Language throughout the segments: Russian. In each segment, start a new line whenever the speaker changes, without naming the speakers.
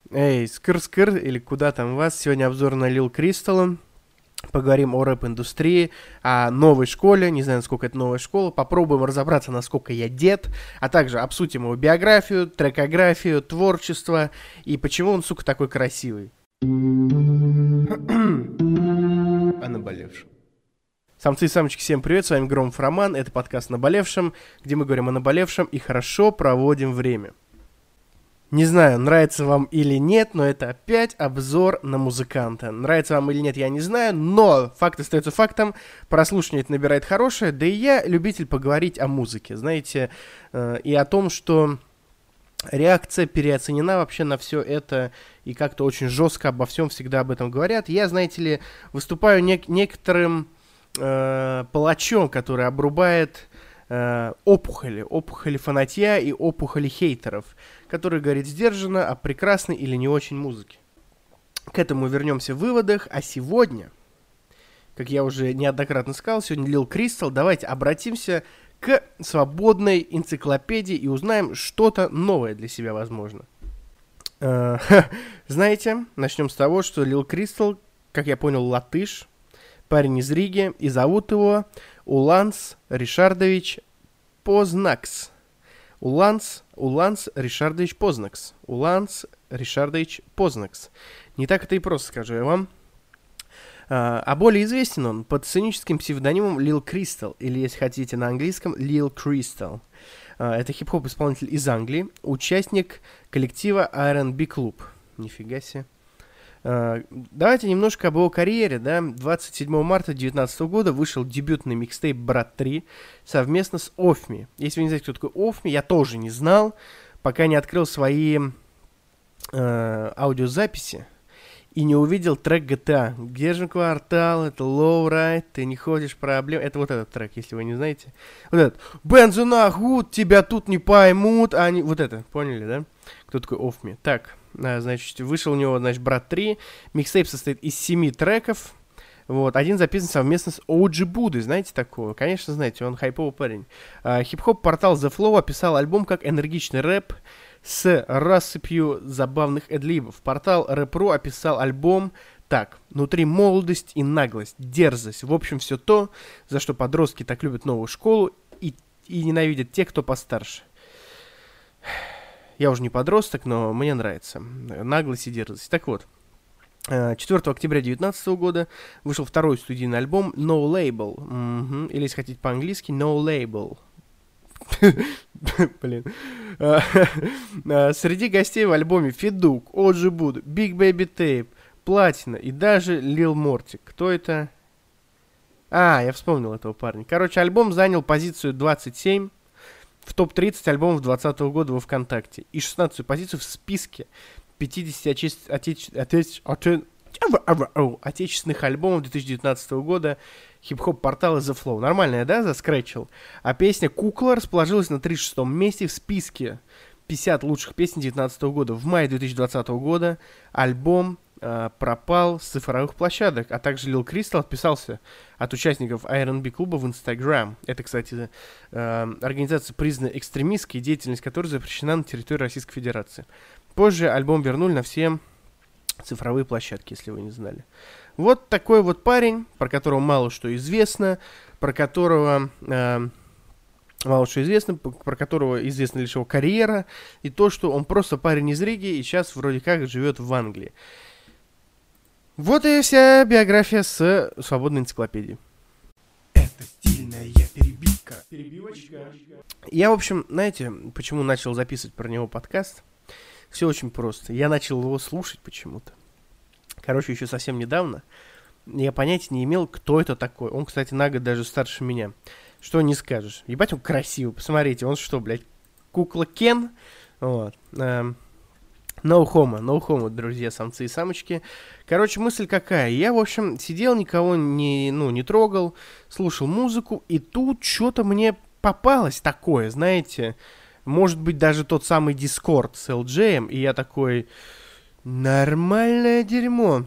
Эй, скыр-скыр, или куда там вас? Сегодня обзор на Lil Crystal. Поговорим о рэп-индустрии, о новой школе, не знаю, насколько это новая школа. Попробуем разобраться, насколько я дед, а также обсудим его биографию, трекографию, творчество и почему он, сука, такой красивый. О наболевшем. Самцы и самочки, всем привет, с вами Громов Роман, это подкаст «Наболевшем», где мы говорим о наболевшем и хорошо проводим время. Не знаю, нравится вам или нет, но это опять обзор на музыканта. Нравится вам или нет, я не знаю, но факт остается фактом. Прослушивание это набирает хорошее, да и я любитель поговорить о музыке, знаете, и о том, что реакция переоценена вообще на все это, и как-то очень жестко обо всем всегда об этом говорят. Я, знаете ли, выступаю некоторым палачом, который обрубает опухоли фанатья и опухоли хейтеров, который говорит сдержанно о прекрасной или не очень музыке. К этому вернемся в выводах, а сегодня, как я уже неоднократно сказал, сегодня Lil Crystal, давайте обратимся к свободной энциклопедии и узнаем что-то новое для себя, возможно. Знаете, начнем с того, что Lil Crystal, как я понял, латыш, парень из Риги, и зовут его Уланс Ришардович Познакс. Уланс Ришардович Познакс. Уланс Ришардович Познакс. Не так это и просто, скажу я вам. А более известен он под сценическим псевдонимом Lil Crystal, или, если хотите, на английском Lil Crystal. Это хип-хоп исполнитель из Англии, участник коллектива R&B Club. Нифига себе. Давайте немножко об его карьере, да. 27 марта 2019 года вышел дебютный микстейп «Брат 3» совместно с Офми. Если вы не знаете, кто такой Офми, я тоже не знал, пока не открыл свои аудиозаписи и не увидел трек GTA. Где же квартал, это лоурайд, ты не ходишь, проблем. Это вот этот трек, если вы не знаете. Вот этот. Бензу нахуй, тебя тут не поймут. Они... Вот это, поняли, да? Кто такой Офми? Так. Значит, вышел у него, значит, «Брат 3». Микстейп состоит из 7 треков. Вот. Один записан совместно с OG Будой. Знаете такого? Конечно, знаете, он хайповый парень. Хип-хоп-портал The Flow описал альбом как энергичный рэп с рассыпью забавных эдлибов. Портал Рэп.ру описал альбом так. Внутри молодость и наглость, дерзость. В общем, все то, за что подростки так любят новую школу и ненавидят тех, кто постарше. Я уже не подросток, но мне нравится. Наглость и дерзость. Так вот, 4 октября 2019 года вышел второй студийный альбом No Label. Или, если хотите по-английски, No Label. Блин. Среди гостей в альбоме Федук, OG Buda, Big Baby Tape, Платина и даже Lil Morty. Кто это? Я вспомнил этого парня. Короче, альбом занял позицию 27 в топ-30 альбомов 2020 года во ВКонтакте и 16-ю позицию в списке 50 отечественных альбомов 2019 года хип-хоп-портала The Flow. Нормально я, да, заскретчил? А песня «Кукла» расположилась на 36-м месте в списке 50 лучших песен 2019 года. В мае 2020 года альбом пропал с цифровых площадок, а также Lil Crystal отписался от участников R&B клуба в Instagram. Это, кстати, организация, признанная экстремистской, деятельность которой запрещена на территории Российской Федерации. Позже альбом вернули на все цифровые площадки, если вы не знали. Вот такой вот парень, про которого мало что известно, про которого известна лишь его карьера, и то, что он просто парень из Риги и сейчас вроде как живет в Англии. Вот и вся биография с свободной энциклопедии.
Это стильная перебивка. Перебивочка.
Я, в общем, знаете, почему начал записывать про него подкаст? Все очень просто. Я начал его слушать почему-то. Короче, еще совсем недавно я понятия не имел, кто это такой. Он, кстати, на год даже старше меня. Что не скажешь. Ебать, он красивый. Посмотрите, он что, блядь, кукла Кен? Вот. No homo, друзья, самцы и самочки. Короче, мысль какая? Я, в общем, сидел, никого не трогал, слушал музыку, и тут что-то мне попалось такое, знаете, может быть, даже тот самый Discord с LJ, и я такой, нормальное дерьмо.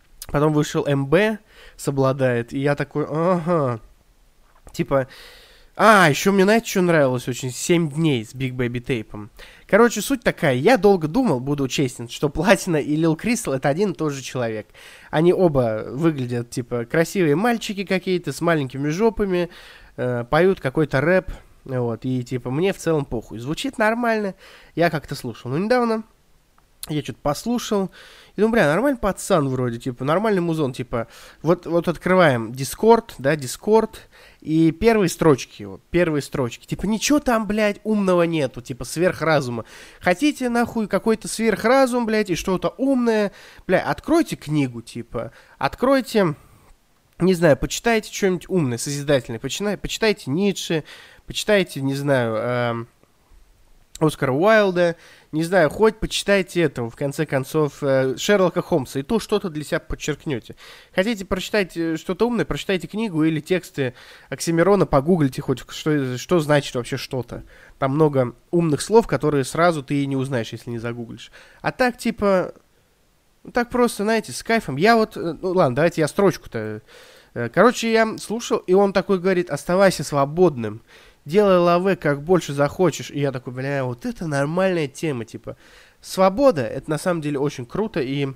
Потом вышел МБ, Соблюдает, и я такой, ага, типа, Еще мне, знаете, что нравилось очень? 7 дней с Big Baby Tape'ом. Короче, суть такая. Я долго думал, буду честен, что Платина и Lil Crystal — это один и тот же человек. Они оба выглядят, типа, красивые мальчики какие-то с маленькими жопами, поют какой-то рэп, вот, и, типа, мне в целом похуй. Звучит нормально, я как-то слушал. Но недавно я что-то послушал, и думаю, бля, нормальный пацан вроде, типа, нормальный музон, типа, вот открываем Discord, да, Discord, и первые строчки его, типа, ничего там, блядь, умного нету, типа, сверхразума. Хотите, нахуй, какой-то сверхразум, блядь, и что-то умное, бля, откройте книгу, типа, откройте, не знаю, почитайте что-нибудь умное, созидательное, почитайте Ницше, почитайте, не знаю, Оскара Уайлда, не знаю, хоть почитайте этого, в конце концов, Шерлока Холмса, и то что-то для себя подчеркнете. Хотите прочитать что-то умное, прочитайте книгу или тексты Оксимирона, погуглите хоть, что значит вообще что-то. Там много умных слов, которые сразу ты и не узнаешь, если не загуглишь. А так, типа, так просто, знаете, с кайфом. Я вот, ну ладно, давайте я строчку-то. Короче, я слушал, и он такой говорит: оставайся свободным. Делай лаве как больше захочешь. И я такой, бля, вот это нормальная тема, типа. Свобода, это на самом деле очень круто, и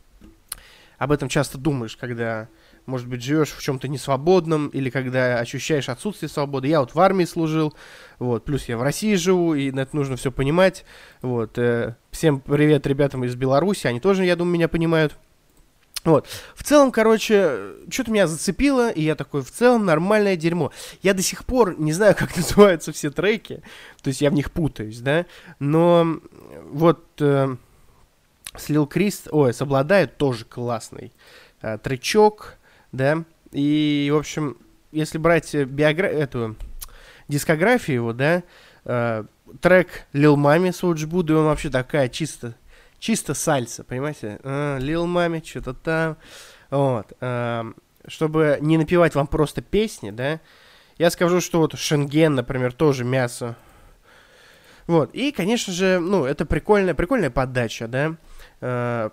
об этом часто думаешь, когда, может быть, живешь в чем-то несвободном, или когда ощущаешь отсутствие свободы. Я вот в армии служил, вот, плюс я в России живу, и это нужно все понимать. Вот, всем привет ребятам из Беларуси, они тоже, я думаю, меня понимают. Вот. В целом, короче, что-то меня зацепило, и я такой, в целом, нормальное дерьмо. Я до сих пор не знаю, как называются все треки, то есть я в них путаюсь, да, но вот с Lil Crystal, с Обладает тоже классный тречок, да, и, в общем, если брать эту дискографию его, да, трек Lil Mami с Оджи Будой, он вообще такая чисто сальса, понимаете? Lil Mami, что-то там. Вот. Чтобы не напевать вам просто песни, да, я скажу, что вот Шенген, например, тоже мясо. Вот. И, конечно же, ну, это прикольная подача, да.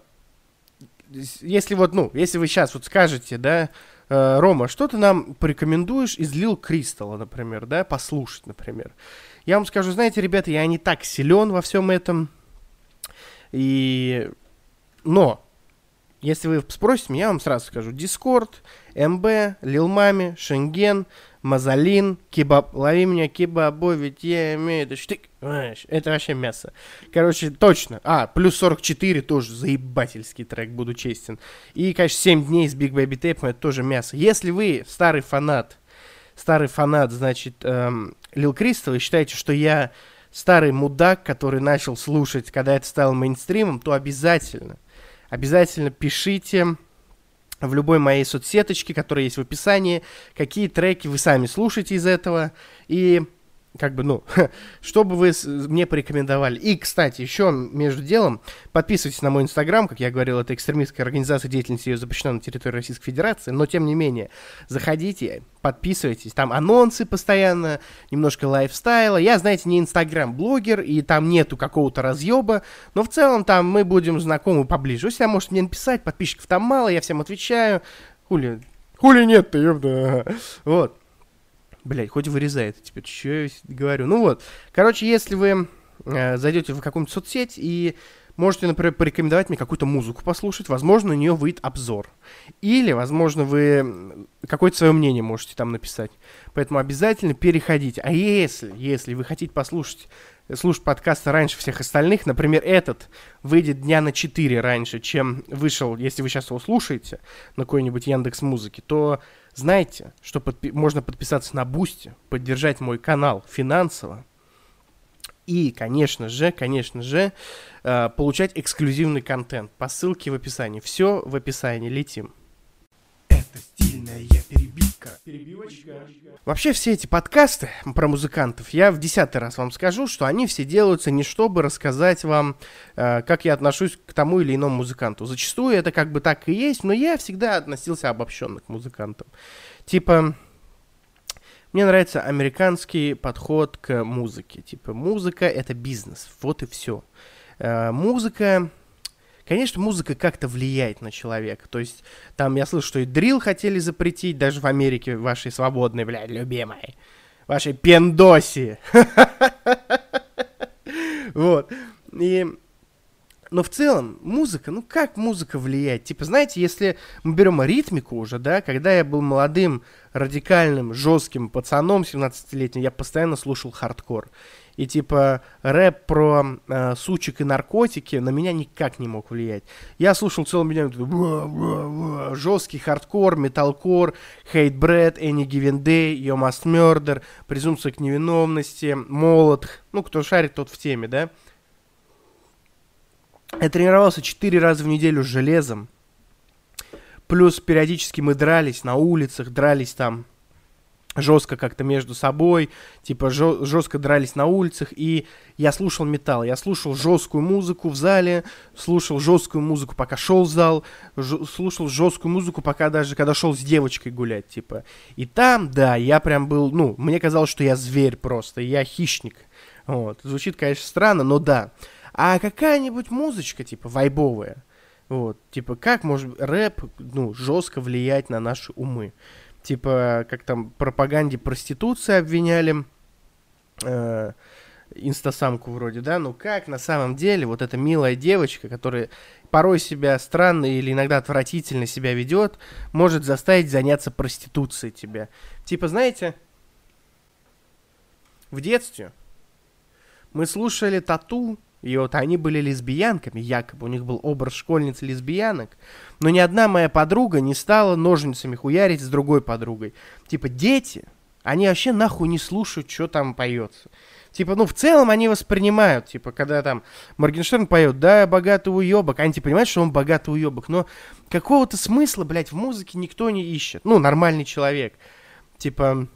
Если вот, ну, если вы сейчас вот скажете, да, Рома, что ты нам порекомендуешь из Lil Crystal, например, да, послушать, например. Я вам скажу, знаете, ребята, я не так силен во всем этом. Но, если вы спросите меня, я вам сразу скажу. Discord, МБ, Lil Mami, Шенген, Мазалин, Кебаб, лови меня, Кебабо, ведь я имею это штык. Это вообще мясо. Короче, точно. Плюс 44 тоже заебательский трек, буду честен. И, конечно, 7 дней с Big Baby Tape, это тоже мясо. Если вы старый фанат, значит, Lil Crystal, и считаете, что я старый мудак, который начал слушать, когда это стало мейнстримом, то обязательно пишите в любой моей соцсеточке, которая есть в описании, какие треки вы сами слушаете из этого, и как бы, ну, что бы вы мне порекомендовали. И, кстати, еще между делом, подписывайтесь на мой инстаграм, как я говорил, это экстремистская организация, деятельность ее запрещена на территории Российской Федерации, но, тем не менее, заходите, подписывайтесь, там анонсы постоянно, немножко лайфстайла. Я, знаете, не инстаграм-блогер, и там нету какого-то разъеба, но в целом там мы будем знакомы поближе. Вы всегда можете мне написать, подписчиков там мало, я всем отвечаю. Хули нет-то, ёпта. Вот. Блядь, хоть вырезает, теперь что я говорю. Ну вот, короче, если вы зайдете в какую-нибудь соцсеть и можете, например, порекомендовать мне какую-то музыку послушать, возможно, на нее выйдет обзор. Или, возможно, вы какое-то свое мнение можете там написать. Поэтому обязательно переходите. А если вы хотите слушать подкасты раньше всех остальных, например, этот выйдет дня на 4 раньше, чем вышел, если вы сейчас его слушаете на какой-нибудь Яндекс.Музыке, то знаете, что можно подписаться на Бусти, поддержать мой канал финансово и, конечно же, получать эксклюзивный контент по ссылке в описании. Все в описании, летим.
Это стильная перебивочка.
Вообще все эти подкасты про музыкантов, я в 10-й раз вам скажу, что они все делаются не чтобы рассказать вам, как я отношусь к тому или иному музыканту. Зачастую это как бы так и есть, но я всегда относился обобщенно к музыкантам. Типа, мне нравится американский подход к музыке. Типа, музыка — это бизнес, вот и все. Конечно, музыка как-то влияет на человека. То есть, там я слышал, что и дрилл хотели запретить, даже в Америке вашей свободной, блядь, любимой. вашей пендоси. Вот. Но в целом, музыка, ну как музыка влияет? Типа, знаете, если мы берем ритмику уже, да, когда я был молодым, радикальным, жестким пацаном 17-летним, я постоянно слушал хардкор. И типа рэп про сучек и наркотики на меня никак не мог влиять. Я слушал целыми днями жесткий хардкор, металкор, Hate Breed, Any Given Day, You Must Murder, Презумпция к невиновности, Молот. Ну, кто шарит, тот в теме, да? Я тренировался 4 раза в неделю с железом. Плюс периодически мы дрались на улицах, дрались там жестко как-то между собой, типа жестко дрались на улицах, и я слушал металл, я слушал жесткую музыку в зале, слушал жесткую музыку, пока шел в зал, слушал жесткую музыку, пока даже когда шел с девочкой гулять, типа. И там, да, я прям был, ну, мне казалось, что я зверь просто, я хищник. Вот. Звучит, конечно, странно, но да. А какая-нибудь музычка, типа, вайбовая, вот, типа, как может рэп, ну, жестко влиять на наши умы? Типа, как там пропаганде проституции обвиняли, инстасамку вроде, да, ну как на самом деле вот эта милая девочка, которая порой себя странно или иногда отвратительно себя ведет, может заставить заняться проституцией тебя. Типа, знаете, в детстве мы слушали Тату, и вот они были лесбиянками, якобы у них был образ школьниц-лесбиянок, но ни одна моя подруга не стала ножницами хуярить с другой подругой. Типа, дети, они вообще нахуй не слушают, что там поется. Типа, ну, в целом они воспринимают, типа, когда там Моргенштерн поет, да, я богатый уебок, они типа понимают, что он богатый уебок, но какого-то смысла, блядь, в музыке никто не ищет. Ну, нормальный человек. Типа,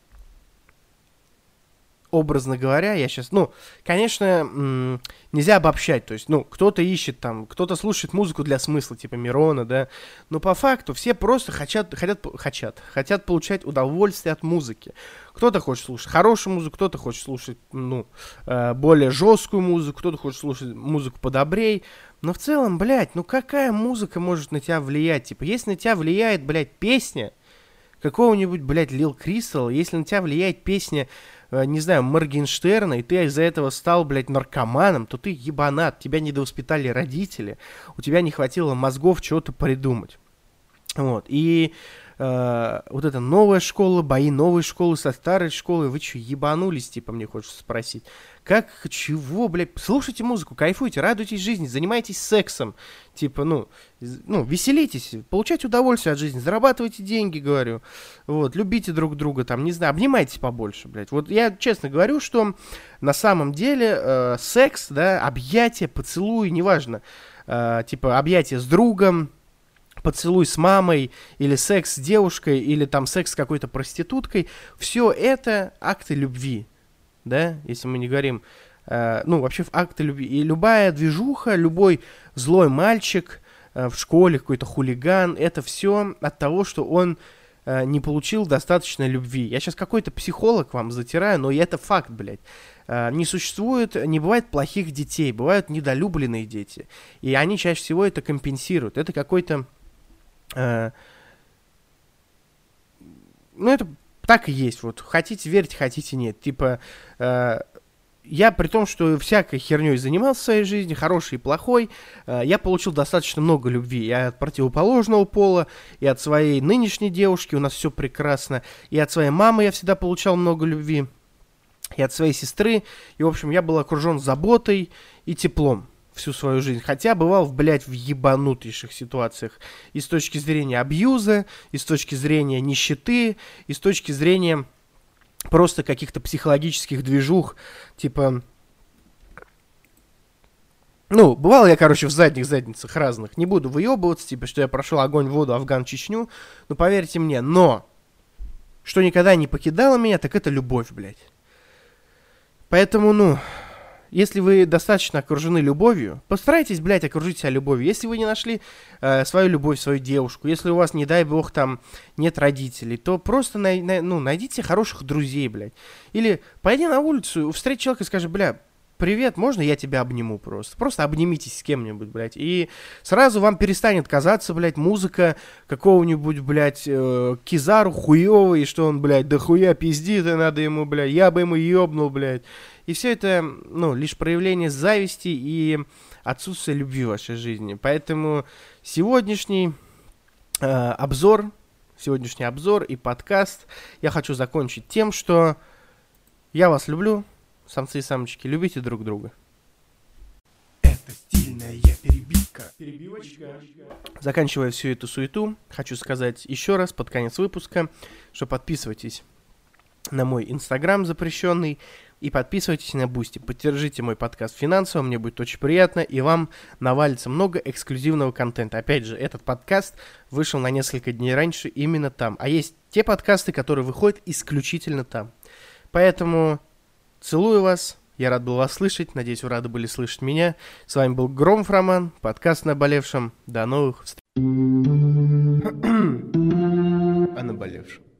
образно говоря, я сейчас, ну, конечно, нельзя обобщать, то есть, ну, кто-то ищет там, кто-то слушает музыку для смысла, типа Мирона, да, но по факту все просто хотят получать удовольствие от музыки. Кто-то хочет слушать хорошую музыку, кто-то хочет слушать, ну, более жесткую музыку, кто-то хочет слушать музыку подобрей, но в целом, блядь, ну какая музыка может на тебя влиять? Типа, если на тебя влияет, блядь, песня какого-нибудь, блядь, Lil Crystal, если на тебя влияет песня, не знаю, Моргенштерна, и ты из-за этого стал, блядь, наркоманом, то ты ебанат, тебя недовоспитали родители, у тебя не хватило мозгов чего-то придумать. Вот, и вот эта новая школа, бои новой школы со старой школой, вы что, ебанулись, типа, мне хочется спросить. Как, чего, блядь, слушайте музыку, кайфуйте, радуйтесь жизни, занимайтесь сексом, типа, ну, веселитесь, получайте удовольствие от жизни, зарабатывайте деньги, говорю, вот, любите друг друга, там, не знаю, обнимайтесь побольше, блядь. Вот я честно говорю, что на самом деле секс, да, объятия, поцелуи, неважно, типа, объятия с другом, поцелуй с мамой, или секс с девушкой, или там секс с какой-то проституткой, все это акты любви, да, если мы не говорим, ну, вообще акты любви. И любая движуха, любой злой мальчик в школе, какой-то хулиган, это все от того, что он не получил достаточно любви. Я сейчас какой-то психолог вам затираю, но это факт, блядь. Не существует, не бывает плохих детей, бывают недолюбленные дети. И они чаще всего это компенсируют. Это какой-то... ну, это так и есть. Вот хотите верить, хотите нет. Типа, я при том, что всякой херней занимался в своей жизни, хорошей и плохой, я получил достаточно много любви. И от противоположного пола, и от своей нынешней девушки, у нас все прекрасно, и от своей мамы я всегда получал много любви, и от своей сестры. И, в общем, я был окружен заботой и теплом всю свою жизнь. Хотя бывал, блядь, в ебанутейших ситуациях. И с точки зрения абьюза, и с точки зрения нищеты, и с точки зрения просто каких-то психологических движух. Типа... ну, бывал я, короче, в задних задницах разных. Не буду выебываться, типа, что я прошел огонь, воду, Афган, Чечню. Ну, поверьте мне. Но, что никогда не покидало меня, так это любовь, блядь. Поэтому, ну... если вы достаточно окружены любовью, постарайтесь, блядь, окружить себя любовью. Если вы не нашли свою любовь, свою девушку, если у вас, не дай бог, там нет родителей, то просто найдите хороших друзей, блядь. Или пойди на улицу, встреть человека и скажи, бля, привет, можно я тебя обниму просто? Просто обнимитесь с кем-нибудь, блядь. И сразу вам перестанет казаться, блядь, музыка какого-нибудь, блядь, Кизару хуёвый, и что он, блядь, да хуя пиздит, и надо ему, блядь, я бы ему ёбнул, блядь. И все это, ну, лишь проявление зависти и отсутствие любви в вашей жизни. Поэтому сегодняшний обзор и подкаст я хочу закончить тем, что я вас люблю, самцы и самочки, любите друг друга.
Это стильная перебивка. Перебивочка.
Заканчивая всю эту суету, хочу сказать еще раз под конец выпуска, что подписывайтесь на мой инстаграм запрещенный и подписывайтесь на Бусти. Поддержите мой подкаст финансово, мне будет очень приятно, и вам навалится много эксклюзивного контента. Опять же, этот подкаст вышел на несколько дней раньше именно там. А есть те подкасты, которые выходят исключительно там. Поэтому целую вас, я рад был вас слышать, надеюсь, вы рады были слышать меня. С вами был Громов Роман, подкаст «Наболевшем». До новых встреч. О наболевшем.